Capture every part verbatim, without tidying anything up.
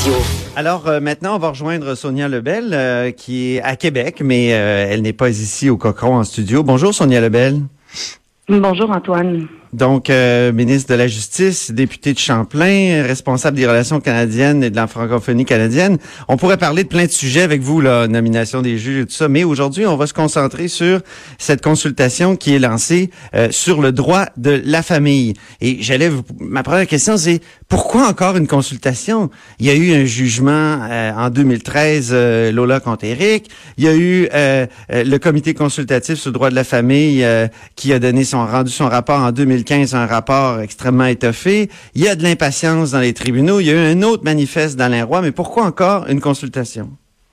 Radio. Alors euh, maintenant, on va rejoindre Sonia Lebel, euh, qui est à Québec, mais euh, elle n'est pas ici au Cochon en studio. Bonjour Sonia Lebel. Bonjour Antoine. Donc, euh, ministre de la Justice, député de Champlain, responsable des relations canadiennes et de la francophonie canadienne. On pourrait parler de plein de sujets avec vous, la nomination des juges et tout ça, mais aujourd'hui, on va se concentrer sur cette consultation qui est lancée euh, sur le droit de la famille. Et j'allais vous... Ma première question, c'est pourquoi encore une consultation? Il y a eu un jugement euh, en deux mille treize, euh, Lola contre Eric. Il y a eu euh, euh, le comité consultatif sur le droit de la famille euh, qui a donné son rendu son rapport en deux mille quinze, un rapport extrêmement étoffé. Il y a de l'impatience dans les tribunaux. Il y a eu un autre manifeste d'Alain Roy, mais pourquoi encore une consultation?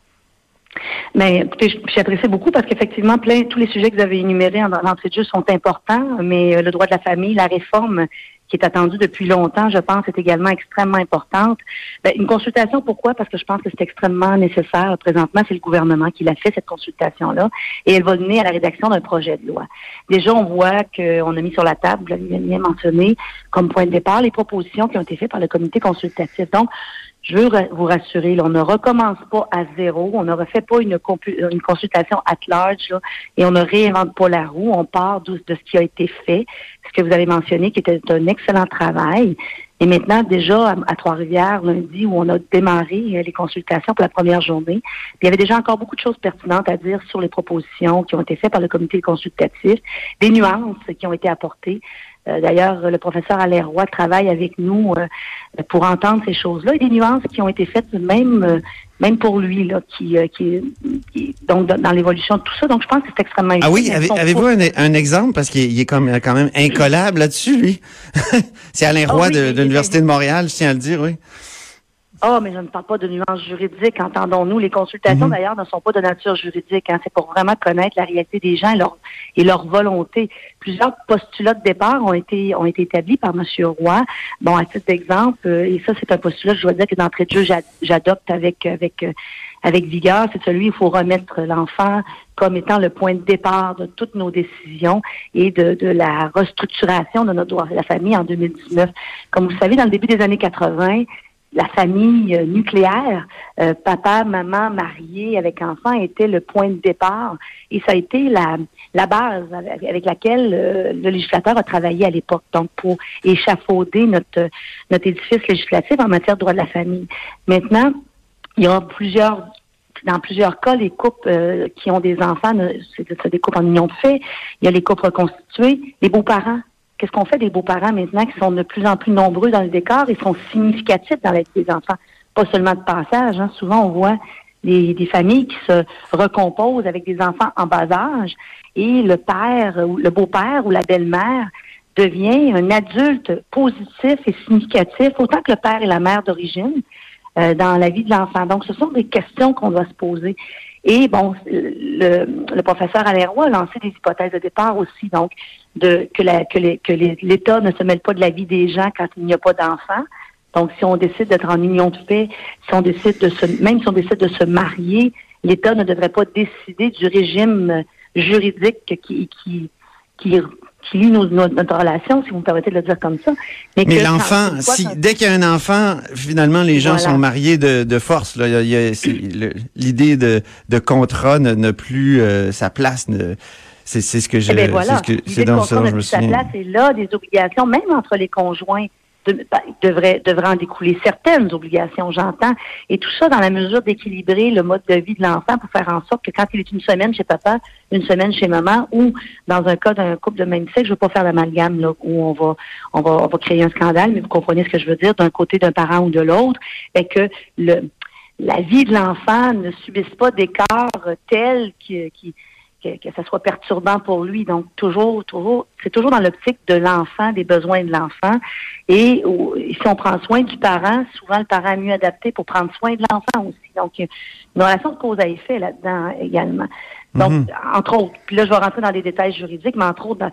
Mais écoutez, j'apprécie beaucoup parce qu'effectivement, plein tous les sujets que vous avez énumérés en l'entrée de jeu sont importants, mais le droit de la famille, la réforme qui est attendue depuis longtemps, je pense, est également extrêmement importante. Ben, une consultation, pourquoi? Parce que je pense que c'est extrêmement nécessaire. Présentement, c'est le gouvernement qui l'a fait, cette consultation-là, et elle va mener à la rédaction d'un projet de loi. Déjà, on voit qu'on a mis sur la table, vous l'avez bien mentionné, comme point de départ, les propositions qui ont été faites par le comité consultatif. Donc, je veux vous rassurer, là, on ne recommence pas à zéro, on ne refait pas une, une consultation at large là, et on ne réinvente pas la roue, on part de, de ce qui a été fait, ce que vous avez mentionné qui était un excellent travail. Et maintenant, déjà, à, à Trois-Rivières, lundi, où on a démarré les consultations pour la première journée, il y avait déjà encore beaucoup de choses pertinentes à dire sur les propositions qui ont été faites par le comité consultatif, des nuances qui ont été apportées. Euh, d'ailleurs, le professeur Alain Roy travaille avec nous euh, pour entendre ces choses-là et des nuances qui ont été faites même euh, même pour lui, là, qui, euh, qui, qui donc dans, dans l'évolution de tout ça. Donc, je pense que c'est extrêmement Ah oui, avez, avez-vous un, un exemple? Parce qu'il il est comme, quand même incollable là-dessus, lui. C'est Alain Roy oh, oui, de, de l'Université de Montréal, je tiens à le dire, oui. Ah, oh, mais je ne parle pas de nuances juridiques, entendons-nous. Les consultations, mm-hmm. d'ailleurs, ne sont pas de nature juridique. Hein. C'est pour vraiment connaître la réalité des gens et leur, et leur volonté. Plusieurs postulats de départ ont été ont été établis par M. Roy. Bon, à titre d'exemple, euh, et ça, c'est un postulat, je dois dire que d'entrée de jeu, j'adopte avec avec euh, avec vigueur. C'est celui où il faut remettre l'enfant comme étant le point de départ de toutes nos décisions et de, de la restructuration de notre droit de la famille en deux mille dix-neuf. Comme vous le savez, dans le début des années quatre-vingt, la famille euh, nucléaire, euh, papa, maman, mariés avec enfants, était le point de départ. Et ça a été la, la base avec, avec laquelle euh, le législateur a travaillé à l'époque, donc pour échafauder notre, notre édifice législatif en matière de droit de la famille. Maintenant, il y a plusieurs... Dans plusieurs cas, les couples euh, qui ont des enfants, c'est, c'est des couples en union de fait. Il y a les couples reconstitués, les beaux-parents. Qu'est-ce qu'on fait des beaux-parents maintenant qui sont de plus en plus nombreux dans le décor et sont significatifs dans la vie des enfants? Pas seulement de passage. Hein. Souvent, on voit des, des familles qui se recomposent avec des enfants en bas âge et le père, ou le beau-père ou la belle-mère devient un adulte positif et significatif, autant que le père et la mère d'origine, euh, dans la vie de l'enfant. Donc, ce sont des questions qu'on doit se poser. Et bon, le, le professeur Alain Roy a lancé des hypothèses de départ aussi, donc de que, la, que, les, que les, l'État ne se mêle pas de la vie des gens quand il n'y a pas d'enfants. Donc, si on décide d'être en union de fait, si on décide de se, même si on décide de se marier, l'État ne devrait pas décider du régime juridique qui qui qui, qui lie nos, nos, notre relation, si vous me permettez de le dire comme ça. Mais, Mais que, l'enfant, quoi, si, quand... dès qu'il y a un enfant, finalement, les gens voilà. sont mariés de, de force. Là. Il y a, il y a, c'est, le, l'idée de, de contrat n'a, n'a plus euh, sa place. Ne, c'est, c'est ce que je... Eh bien, voilà. C'est, ce que, l'idée c'est dans de ça, je me sa place est là, des obligations, même entre les conjoints. De, devrait, devrait en découler certaines obligations, j'entends. Et tout ça dans la mesure d'équilibrer le mode de vie de l'enfant pour faire en sorte que quand il est une semaine chez papa, une semaine chez maman, ou dans un cas d'un couple de même sexe, je veux pas faire l'amalgame là, où on va, on va, on va créer un scandale, mais vous comprenez ce que je veux dire, d'un côté d'un parent ou de l'autre, et que le, la vie de l'enfant ne subisse pas d'écart tel qui, qui Que, que ça soit perturbant pour lui. Donc, toujours, toujours, c'est toujours dans l'optique de l'enfant, des besoins de l'enfant. Et, ou, et si on prend soin du parent, souvent le parent est mieux adapté pour prendre soin de l'enfant aussi. Donc, une relation de cause à effet là-dedans également. Donc, mm-hmm. entre autres, puis là, je vais rentrer dans les détails juridiques, mais entre autres, dans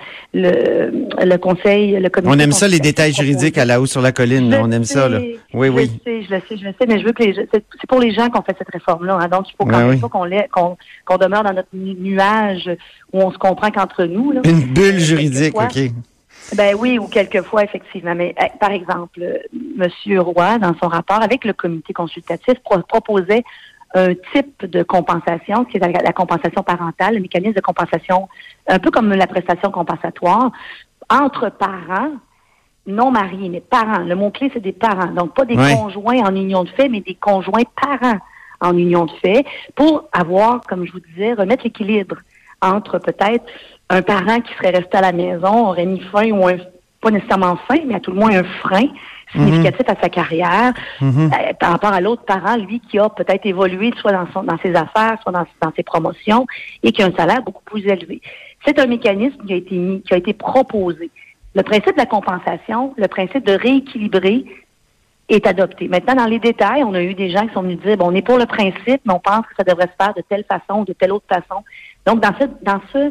le, le conseil, le comité... On aime ça, les détails juridiques à la haut sur la colline. Là, on aime sais, ça, là. Oui, je oui. Je le sais, je le sais, je le sais, mais je veux que les c'est, c'est pour les gens qu'on fait cette réforme-là. Hein, donc, il faut quand même oui. pas qu'on, qu'on, qu'on demeure dans notre nuage où on se comprend qu'entre nous. Là. Une bulle juridique, OK. Ben oui, ou quelquefois, effectivement. Mais euh, par exemple, euh, M. Roy, dans son rapport avec le comité consultatif, pro- proposait un type de compensation, qui est la, la compensation parentale, le mécanisme de compensation, un peu comme la prestation compensatoire, entre parents non mariés, mais parents. Le mot-clé, c'est des parents. Donc, pas des ouais. conjoints en union de fait, mais des conjoints parents en union de fait, pour avoir, comme je vous disais, remettre l'équilibre entre peut-être un parent qui serait resté à la maison, aurait mis fin ou un, pas nécessairement fin, mais à tout le moins un frein significatif mm-hmm. à sa carrière mm-hmm. euh, par rapport à l'autre parent, lui, qui a peut-être évolué soit dans, son, dans ses affaires, soit dans, dans ses promotions et qui a un salaire beaucoup plus élevé. C'est un mécanisme qui a été mis, qui a été proposé. Le principe de la compensation, le principe de rééquilibrer est adopté. Maintenant, dans les détails, on a eu des gens qui sont venus dire, bon, on est pour le principe, mais on pense que ça devrait se faire de telle façon ou de telle autre façon. Donc, dans ce, dans ce,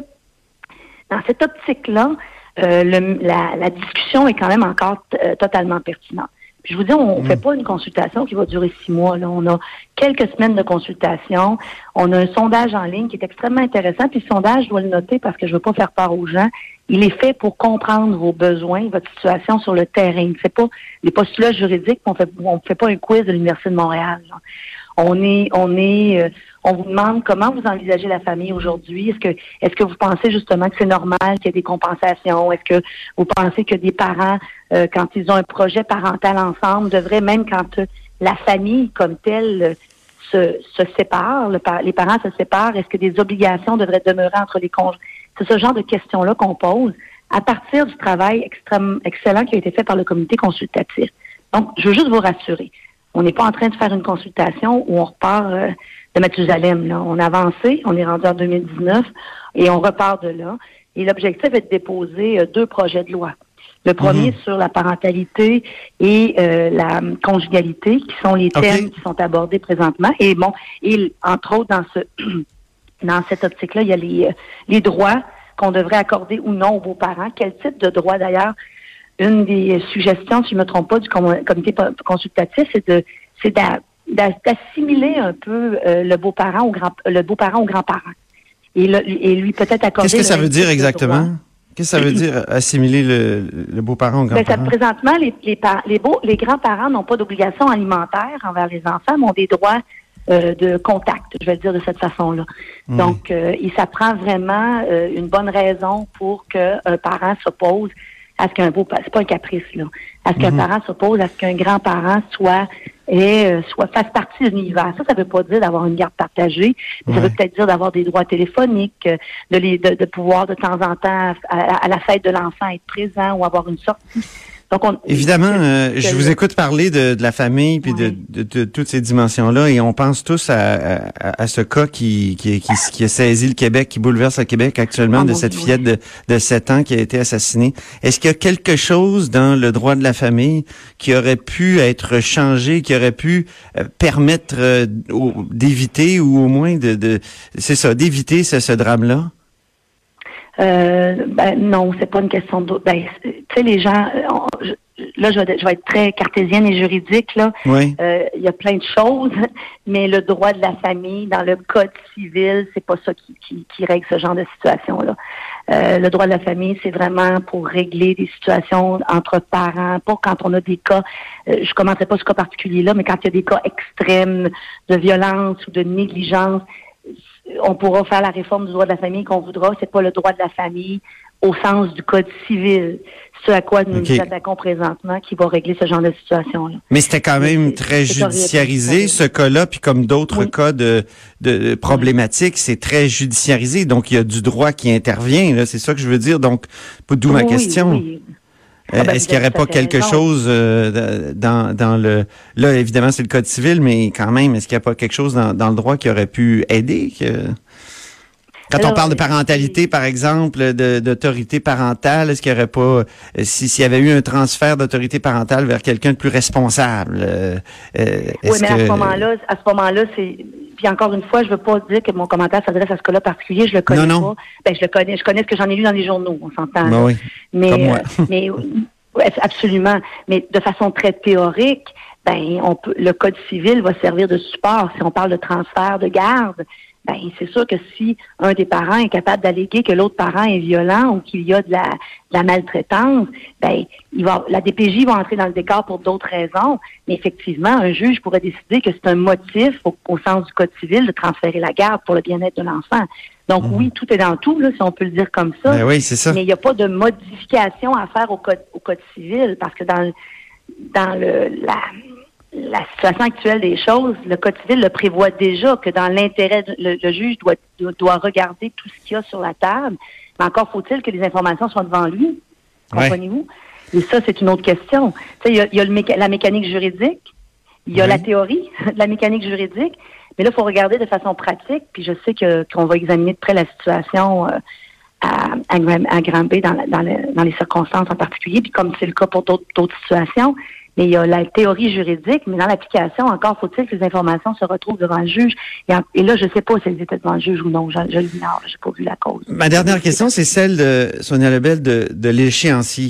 dans cette optique-là, euh, le, la, la discussion est quand même encore t- euh, totalement pertinente. Puis je vous dis, on ne mmh. fait pas une consultation qui va durer six mois. Là. On a quelques semaines de consultation. On a un sondage en ligne qui est extrêmement intéressant. Puis le sondage, je dois le noter parce que je ne veux pas faire peur aux gens. Il est fait pour comprendre vos besoins, votre situation sur le terrain. C'est pas les postulats juridiques. On fait, on fait pas un quiz de l'Université de Montréal. Là. On est, on est, euh, on vous demande comment vous envisagez la famille aujourd'hui. Est-ce que, est-ce que vous pensez justement que c'est normal qu'il y ait des compensations? Est-ce que vous pensez que des parents, euh, quand ils ont un projet parental ensemble, devraient, même quand euh, la famille comme telle euh, se, se sépare, le, les parents se séparent, est-ce que des obligations devraient demeurer entre les conjoints? C'est ce genre de questions-là qu'on pose à partir du travail extrêmement excellent qui a été fait par le comité consultatif. Donc, je veux juste vous rassurer. On n'est pas en train de faire une consultation où on repart euh, de Mathusalem. Là. On a avancé, on est rendu en deux mille dix-neuf et on repart de là. Et l'objectif est de déposer euh, deux projets de loi. Le premier mmh. sur la parentalité et euh, la conjugalité, qui sont les thèmes okay. qui sont abordés présentement. Et bon, et entre autres, dans ce dans cette optique-là, il y a les, les droits qu'on devrait accorder ou non aux beaux-parents. Quel type de droits d'ailleurs? Une des suggestions, si je ne me trompe pas, du com- comité consultatif, c'est de c'est d'a, d'a, d'assimiler un peu euh, le beau-parent au grand le beau-parent au grand-parent. Et, le, et lui peut-être accorder. Qu'est-ce que ça veut dire exactement? Qu'est-ce que ça veut dire assimiler le, le beau-parent au grand-parent? Ben, ça, présentement, les, les, les, beaux, les grands-parents n'ont pas d'obligation alimentaire envers les enfants, mais ont des droits euh, de contact, je vais le dire de cette façon-là. Mmh. Donc, euh, il s'apprend vraiment euh, une bonne raison pour qu'un parent s'oppose à ce qu'un beau, c'est pas un caprice, là, à ce qu'un mm-hmm. parent s'oppose, à ce qu'un grand-parent soit, et, euh, soit, fasse partie de l'univers. Ça, ça veut pas dire d'avoir une garde partagée, mais ouais. ça veut peut-être dire d'avoir des droits téléphoniques, de les, de, de pouvoir de temps en temps, à, à la fête de l'enfant, être présent ou avoir une sortie. Donc on, Évidemment, euh, je vous écoute parler de, de la famille puis ouais. de, de, de, de toutes ces dimensions-là et on pense tous à, à, à ce cas qui, qui, qui, qui a saisi le Québec, qui bouleverse le Québec actuellement, oh, de cette fillette de, de sept ans qui a été assassinée. Est-ce qu'il y a quelque chose dans le droit de la famille qui aurait pu être changé, qui aurait pu euh, permettre euh, d'éviter ou au moins de, de c'est ça, d'éviter ce, ce drame-là? Euh, ben non, c'est pas une question de. Ben, tu sais, les gens. On, je, là, je vais, je vais être très cartésienne et juridique là. Oui. Euh, il y a plein de choses, mais le droit de la famille dans le code civil, c'est pas ça qui, qui, qui règle ce genre de situation là. Euh, le droit de la famille, c'est vraiment pour régler des situations entre parents, pas quand on a des cas. Euh, je commenterai pas ce cas particulier là, mais quand il y a des cas extrêmes de violence ou de négligence. On pourra faire la réforme du droit de la famille qu'on voudra. C'est pas le droit de la famille au sens du code civil, ce à quoi nous okay. nous attaquons présentement, qui va régler ce genre de situation-là. Mais c'était quand même c'est, très c'est judiciarisé, ce cas-là, puis comme d'autres oui. cas de, de problématiques, c'est très judiciarisé. Donc, il y a du droit qui intervient, là. C'est ça que je veux dire. Donc, d'où ma oui, question. Oui. Ah ben, Est-ce qu'il n'y aurait pas quelque raison. chose euh, dans, dans le... Là, évidemment, c'est le code civil, mais quand même, est-ce qu'il n'y a pas quelque chose dans, dans le droit qui aurait pu aider? Que... Quand Alors, on parle de parentalité, par exemple, de, d'autorité parentale, est-ce qu'il n'y aurait pas... Si, s'il y avait eu un transfert d'autorité parentale vers quelqu'un de plus responsable? Euh, oui, mais que... à ce moment-là, à ce moment-là, c'est... Puis encore une fois, je veux pas dire que mon commentaire s'adresse à ce cas-là particulier, je le connais non, non. pas. Ben, je le connais, je connais ce que j'en ai lu dans les journaux, on s'entend. Ben oui, mais, comme moi. euh, mais ouais, absolument. Mais de façon très théorique, ben, on peut, le code civil va servir de support si on parle de transfert de garde. ben c'est sûr que si un des parents est capable d'alléguer que l'autre parent est violent ou qu'il y a de la, de la maltraitance, ben il va, la D P J va entrer dans le décor pour d'autres raisons. Mais effectivement, un juge pourrait décider que c'est un motif, au, au sens du Code civil, de transférer la garde pour le bien-être de l'enfant. Donc mmh. oui, tout est dans tout, là, si on peut le dire comme ça. Ben oui, c'est ça. Mais il n'y a pas de modification à faire au Code, au code civil, parce que dans, dans le la La situation actuelle des choses, le Code civil le prévoit déjà que dans l'intérêt, de, le, le juge doit, doit regarder tout ce qu'il y a sur la table, mais encore faut-il que les informations soient devant lui. Comprenez-vous? Ouais. Et ça, c'est une autre question. Tu sais, il y a, il y a le méca- la mécanique juridique, il y a oui. la théorie de la mécanique juridique, mais là, il faut regarder de façon pratique, puis je sais que qu'on va examiner de près la situation euh, à, à, à Granby dans, dans, le, dans les circonstances en particulier, puis comme c'est le cas pour d'autres, d'autres situations. Mais il y a la théorie juridique, mais dans l'application, encore faut-il que les informations se retrouvent devant le juge. Et, en, et là, je ne sais pas si elles étaient devant le juge ou non. Je, je l'ignore, je n'ai pas vu la cause. Ma dernière question, c'est celle de Sonia Lebel de, de l'échéancier.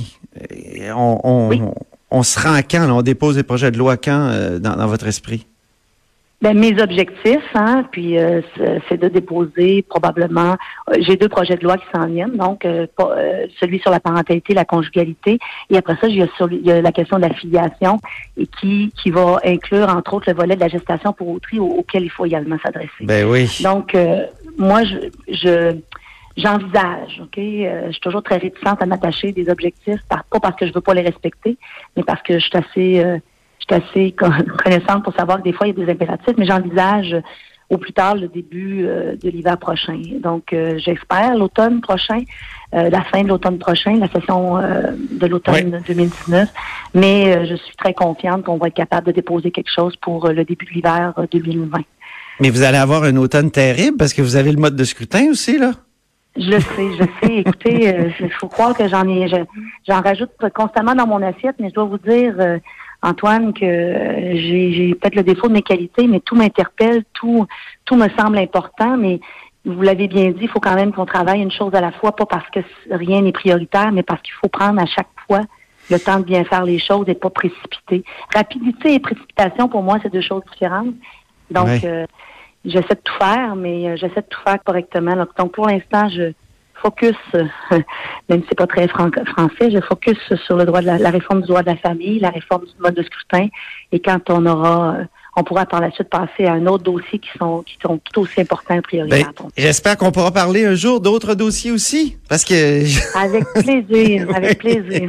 On, on, oui. on, on se rend quand? Là, on dépose des projets de loi quand euh, dans, dans votre esprit? Ben, mes objectifs, hein, puis euh, c'est de déposer probablement. Euh, j'ai deux projets de loi qui s'en viennent, donc euh, pas, euh, celui sur la parentalité, la conjugalité, et après ça, il y a, sur, il y a la question de la filiation, et qui qui va inclure entre autres le volet de la gestation pour autrui au, auquel il faut également s'adresser. Ben oui. Donc euh, moi, je, je j'envisage, ok, euh, je suis toujours très réticente à m'attacher des objectifs, par, pas parce que je veux pas les respecter, mais parce que je suis assez euh, Je suis assez connaissante pour savoir que des fois, il y a des impératifs, mais j'envisage au plus tard le début euh, de l'hiver prochain. Donc, euh, j'espère l'automne prochain, euh, la fin de l'automne prochain, la session euh, de l'automne oui. deux mille dix-neuf. Mais euh, je suis très confiante qu'on va être capable de déposer quelque chose pour euh, le début de l'hiver euh, deux mille vingt. Mais vous allez avoir un automne terrible parce que vous avez le mode de scrutin aussi, là? Je le sais, je sais. Écoutez, il euh, faut croire que j'en ai, je, j'en rajoute constamment dans mon assiette, mais je dois vous dire... Euh, Antoine, que j'ai, j'ai peut-être le défaut de mes qualités, mais tout m'interpelle, tout, tout me semble important, mais vous l'avez bien dit, il faut quand même qu'on travaille une chose à la fois, pas parce que rien n'est prioritaire, mais parce qu'il faut prendre à chaque fois le temps de bien faire les choses et pas précipiter. Rapidité et précipitation, pour moi, c'est deux choses différentes. Donc, ouais. euh, j'essaie de tout faire, mais euh, j'essaie de tout faire correctement. Donc, donc pour l'instant, je focus, euh, même si c'est pas très fran- français, je focus sur le droit de la, la réforme du droit de la famille, la réforme du mode de scrutin, et quand on aura, euh, on pourra par la suite passer à un autre dossier qui sont qui sont tout aussi importants et prioritaires. Ben, j'espère qu'on pourra parler un jour d'autres dossiers aussi, parce que... Avec plaisir, avec plaisir.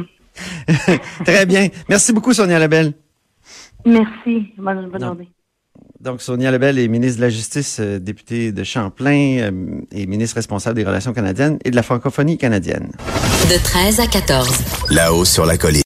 Très bien. Merci beaucoup, Sonia Lebel. Merci. Bonne, bonne journée. Donc, Sonia Lebel est ministre de la Justice, euh, députée de Champlain euh, et ministre responsable des Relations canadiennes et de la francophonie canadienne. De treize à quatorze. Là-haut sur la colline.